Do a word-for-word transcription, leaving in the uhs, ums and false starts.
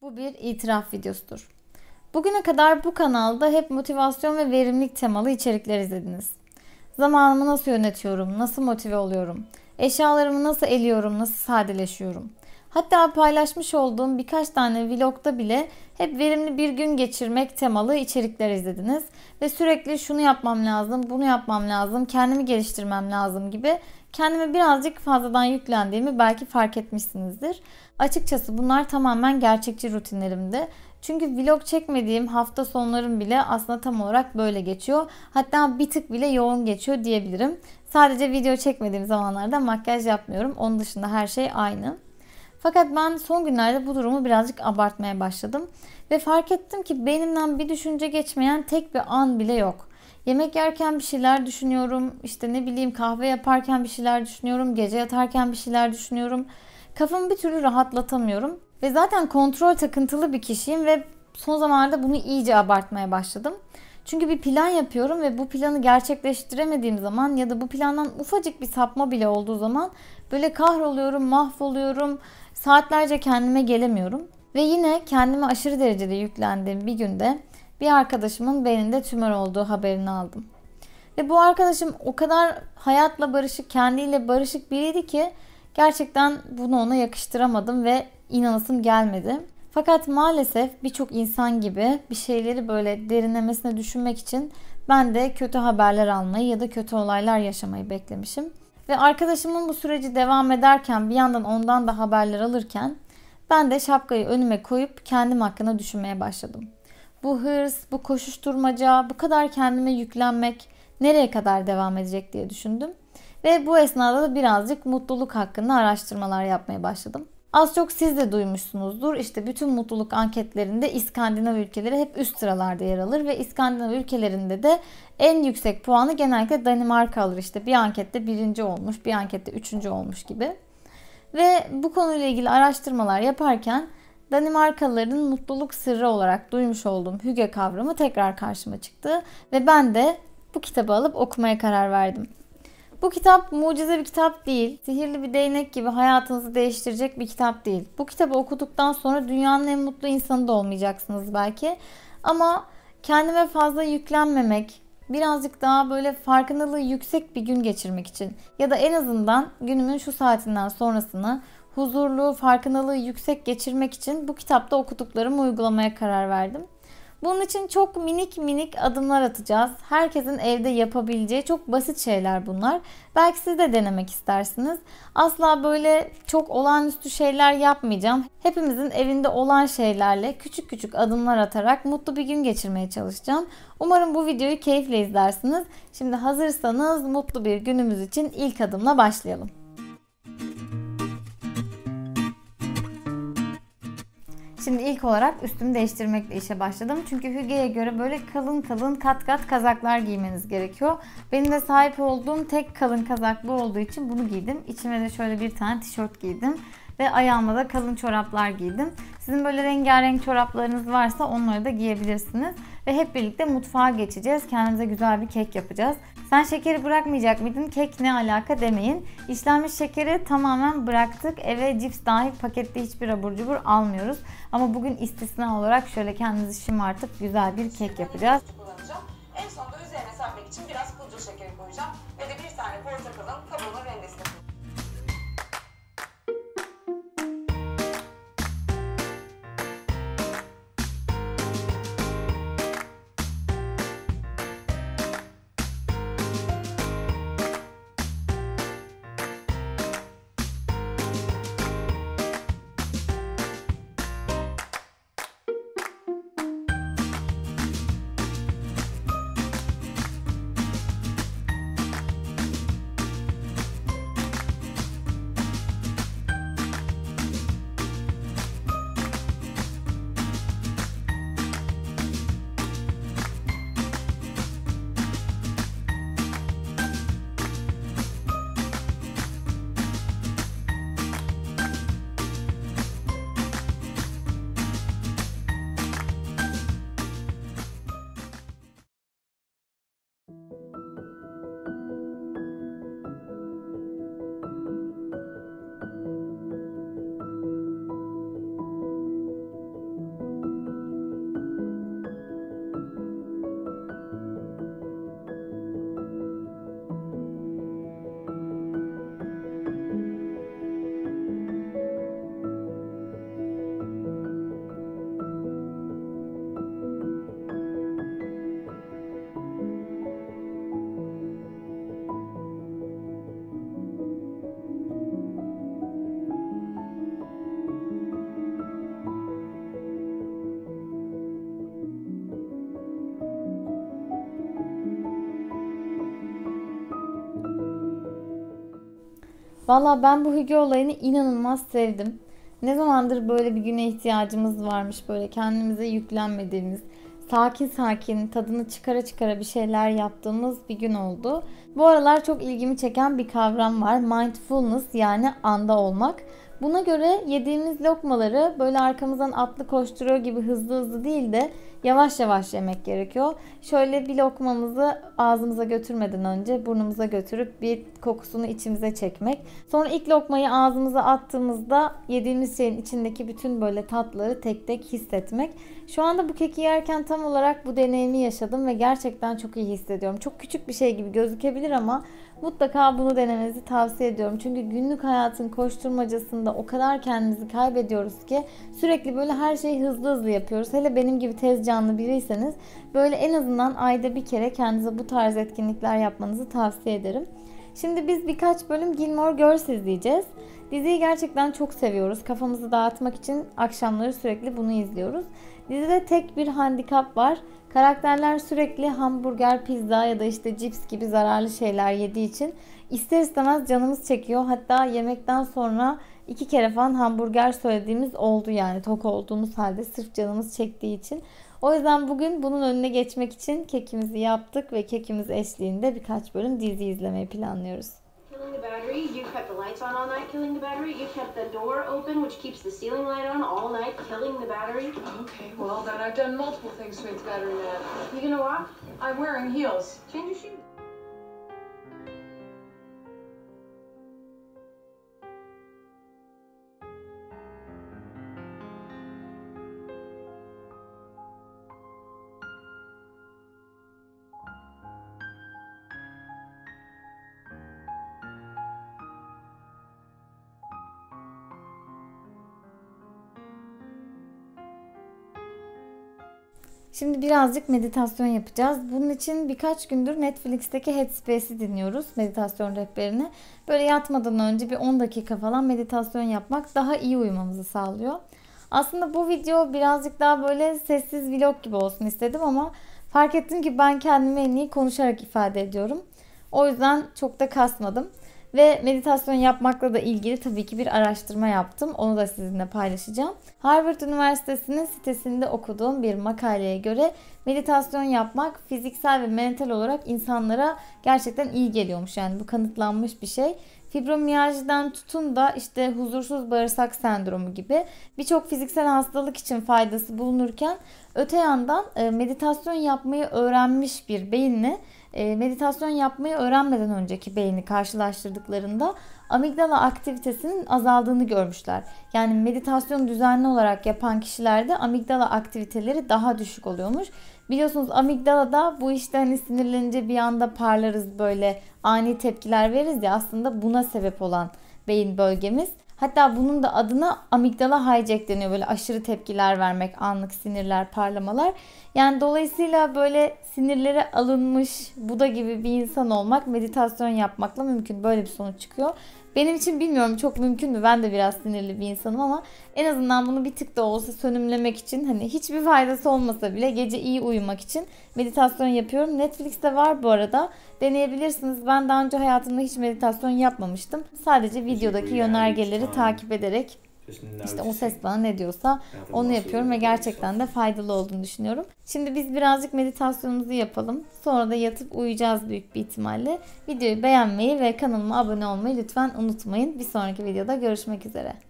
Bu bir itiraf videosudur. Bugüne kadar bu kanalda hep motivasyon ve verimlilik temalı içerikler izlediniz. Zamanımı nasıl yönetiyorum, nasıl motive oluyorum, eşyalarımı nasıl eliyorum, nasıl sadeleşiyorum. Hatta paylaşmış olduğum birkaç tane vlogda bile hep verimli bir gün geçirmek temalı içerikler izlediniz. Ve sürekli şunu yapmam lazım, bunu yapmam lazım, kendimi geliştirmem lazım gibi kendime birazcık fazladan yüklendiğimi belki fark etmişsinizdir. Açıkçası bunlar tamamen gerçekçi rutinlerimdi. Çünkü vlog çekmediğim hafta sonlarım bile aslında tam olarak böyle geçiyor. Hatta bir tık bile yoğun geçiyor diyebilirim. Sadece video çekmediğim zamanlarda makyaj yapmıyorum. Onun dışında her şey aynı. Fakat ben son günlerde bu durumu birazcık abartmaya başladım. Ve fark ettim ki beynimden bir düşünce geçmeyen tek bir an bile yok. Yemek yerken bir şeyler düşünüyorum. İşte ne bileyim kahve yaparken bir şeyler düşünüyorum. Gece yatarken bir şeyler düşünüyorum. Kafamı bir türlü rahatlatamıyorum. Ve zaten kontrol takıntılı bir kişiyim ve son zamanlarda bunu iyice abartmaya başladım. Çünkü bir plan yapıyorum ve bu planı gerçekleştiremediğim zaman ya da bu plandan ufacık bir sapma bile olduğu zaman böyle kahroluyorum, mahvoluyorum, saatlerce kendime gelemiyorum. Ve yine kendime aşırı derecede yüklendiğim bir günde bir arkadaşımın beyninde tümör olduğu haberini aldım. Ve bu arkadaşım o kadar hayatla barışık, kendiyle barışık biriydi ki gerçekten bunu ona yakıştıramadım ve inanasım gelmedi. Fakat maalesef birçok insan gibi bir şeyleri böyle derinlemesine düşünmek için ben de kötü haberler almayı ya da kötü olaylar yaşamayı beklemişim. Ve arkadaşımın bu süreci devam ederken bir yandan ondan da haberler alırken ben de şapkayı önüme koyup kendim hakkında düşünmeye başladım. Bu hırs, bu koşuşturmaca, bu kadar kendime yüklenmek nereye kadar devam edecek diye düşündüm. Ve bu esnada da birazcık mutluluk hakkında araştırmalar yapmaya başladım. Az çok siz de duymuşsunuzdur. İşte bütün mutluluk anketlerinde İskandinav ülkeleri hep üst sıralarda yer alır ve İskandinav ülkelerinde de en yüksek puanı genellikle Danimarka alır. İşte bir ankette birinci olmuş, bir ankette üçüncü olmuş gibi. Ve bu konuyla ilgili araştırmalar yaparken Danimarkalıların mutluluk sırrı olarak duymuş olduğum hüge kavramı tekrar karşıma çıktı ve ben de bu kitabı alıp okumaya karar verdim. Bu kitap mucize bir kitap değil. Sihirli bir değnek gibi hayatınızı değiştirecek bir kitap değil. Bu kitabı okuduktan sonra dünyanın en mutlu insanı da olmayacaksınız belki. Ama kendime fazla yüklenmemek, birazcık daha böyle farkındalığı yüksek bir gün geçirmek için ya da en azından günümün şu saatinden sonrasını huzurlu, farkındalığı yüksek geçirmek için bu kitapta okuduklarımı uygulamaya karar verdim. Bunun için çok minik minik adımlar atacağız. Herkesin evde yapabileceği çok basit şeyler bunlar. Belki siz de denemek istersiniz. Asla böyle çok olağanüstü şeyler yapmayacağım. Hepimizin evinde olan şeylerle küçük küçük adımlar atarak mutlu bir gün geçirmeye çalışacağım. Umarım bu videoyu keyifle izlersiniz. Şimdi hazırsanız mutlu bir günümüz için ilk adımla başlayalım. Şimdi ilk olarak üstümü değiştirmekle işe başladım. Çünkü Hüge'ye göre böyle kalın kalın kat kat kazaklar giymeniz gerekiyor. Benim de sahip olduğum tek kalın kazak bu olduğu için bunu giydim. İçime de şöyle bir tane tişört giydim. Ve ayağıma da kalın çoraplar giydim. Sizin böyle rengarenk çoraplarınız varsa onları da giyebilirsiniz. Ve hep birlikte mutfağa geçeceğiz. Kendimize güzel bir kek yapacağız. Sen şekeri bırakmayacak mıydın? Kek ne alaka demeyin. İşlenmiş şekeri tamamen bıraktık. Eve cips dahil pakette hiçbir abur cubur almıyoruz. Ama bugün istisna olarak şöyle kendimizi şımartıp güzel bir kek yapacağız. Kullanacağım. En sonunda üzerine serpmek için biraz pudra şekeri koyacağım. Ve de bir tane portakalın kabuğunu rendesine koyacağım. Valla ben bu hüge olayını inanılmaz sevdim. Ne zamandır böyle bir güne ihtiyacımız varmış, böyle kendimize yüklenmediğimiz, sakin sakin tadını çıkara çıkara bir şeyler yaptığımız bir gün oldu. Bu aralar çok ilgimi çeken bir kavram var. Mindfulness, yani anda olmak. Buna göre yediğimiz lokmaları böyle arkamızdan atlı koşturuyor gibi hızlı hızlı değil de yavaş yavaş yemek gerekiyor. Şöyle bir lokmamızı ağzımıza götürmeden önce burnumuza götürüp bir kokusunu içimize çekmek. Sonra ilk lokmayı ağzımıza attığımızda yediğimiz şeyin içindeki bütün böyle tatları tek tek hissetmek. Şu anda bu keki yerken tam olarak bu deneyimi yaşadım ve gerçekten çok iyi hissediyorum. Çok küçük bir şey gibi gözükebilir ama mutlaka bunu denemenizi tavsiye ediyorum. Çünkü günlük hayatın koşturmacasında o kadar kendimizi kaybediyoruz ki sürekli böyle her şeyi hızlı hızlı yapıyoruz. Hele benim gibi tez canlı biriyseniz böyle en azından ayda bir kere kendinize bu tarz etkinlikler yapmanızı tavsiye ederim. Şimdi biz birkaç bölüm Gilmore Girls izleyeceğiz. Diziyi gerçekten çok seviyoruz. Kafamızı dağıtmak için akşamları sürekli bunu izliyoruz. Dizide tek bir handikap var. Karakterler sürekli hamburger, pizza ya da işte cips gibi zararlı şeyler yediği için ister istemez canımız çekiyor. Hatta yemekten sonra iki kere falan hamburger söylediğimiz oldu, yani tok olduğumuz halde sırf canımız çektiği için. O yüzden bugün bunun önüne geçmek için kekimizi yaptık ve kekimiz eşliğinde birkaç bölüm dizi izlemeyi planlıyoruz. Killing the battery, you kept the lights on all night killing the battery. You kept the door open, which keeps the ceiling light on all night killing the battery. Okay, well then I've done multiple things to make the battery mad. You gonna walk? I'm wearing heels. Change your shoes. Şimdi birazcık meditasyon yapacağız. Bunun için birkaç gündür Netflix'teki Headspace'i dinliyoruz, meditasyon rehberini. Böyle yatmadan önce bir on dakika falan meditasyon yapmak daha iyi uyumamızı sağlıyor. Aslında bu video birazcık daha böyle sessiz vlog gibi olsun istedim ama fark ettim ki ben kendimi en iyi konuşarak ifade ediyorum. O yüzden çok da kasmadım. Ve meditasyon yapmakla da ilgili tabii ki bir araştırma yaptım. Onu da sizinle paylaşacağım. Harvard Üniversitesi'nin sitesinde okuduğum bir makaleye göre meditasyon yapmak fiziksel ve mental olarak insanlara gerçekten iyi geliyormuş. Yani bu kanıtlanmış bir şey. Fibromiyajiden tutun da işte huzursuz bağırsak sendromu gibi birçok fiziksel hastalık için faydası bulunurken öte yandan meditasyon yapmayı öğrenmiş bir beyinle meditasyon yapmayı öğrenmeden önceki beyni karşılaştırdıklarında amigdala aktivitesinin azaldığını görmüşler. Yani meditasyon düzenli olarak yapan kişilerde amigdala aktiviteleri daha düşük oluyormuş. Biliyorsunuz amigdala da bu işte hani sinirlenince bir anda parlarız, böyle ani tepkiler veririz ya, aslında buna sebep olan beyin bölgemiz. Hatta bunun da adına amigdala hijack deniyor. Böyle aşırı tepkiler vermek, anlık sinirler, parlamalar. Yani dolayısıyla böyle sinirlere alınmış Buda gibi bir insan olmak meditasyon yapmakla mümkün. Böyle bir sonuç çıkıyor. Benim için bilmiyorum çok mümkün mü? Ben de biraz sinirli bir insanım ama en azından bunu bir tık da olsa sönümlemek için, hani hiçbir faydası olmasa bile gece iyi uyumak için meditasyon yapıyorum. Netflix'te var bu arada. Deneyebilirsiniz. Ben daha önce hayatımda hiç meditasyon yapmamıştım. Sadece videodaki yönergeleri takip ederek İşte o ses bana ne diyorsa onu yapıyorum ve gerçekten de faydalı olduğunu düşünüyorum. Şimdi biz birazcık meditasyonumuzu yapalım. Sonra da yatıp uyuyacağız büyük bir ihtimalle. Videoyu beğenmeyi ve kanalıma abone olmayı lütfen unutmayın. Bir sonraki videoda görüşmek üzere.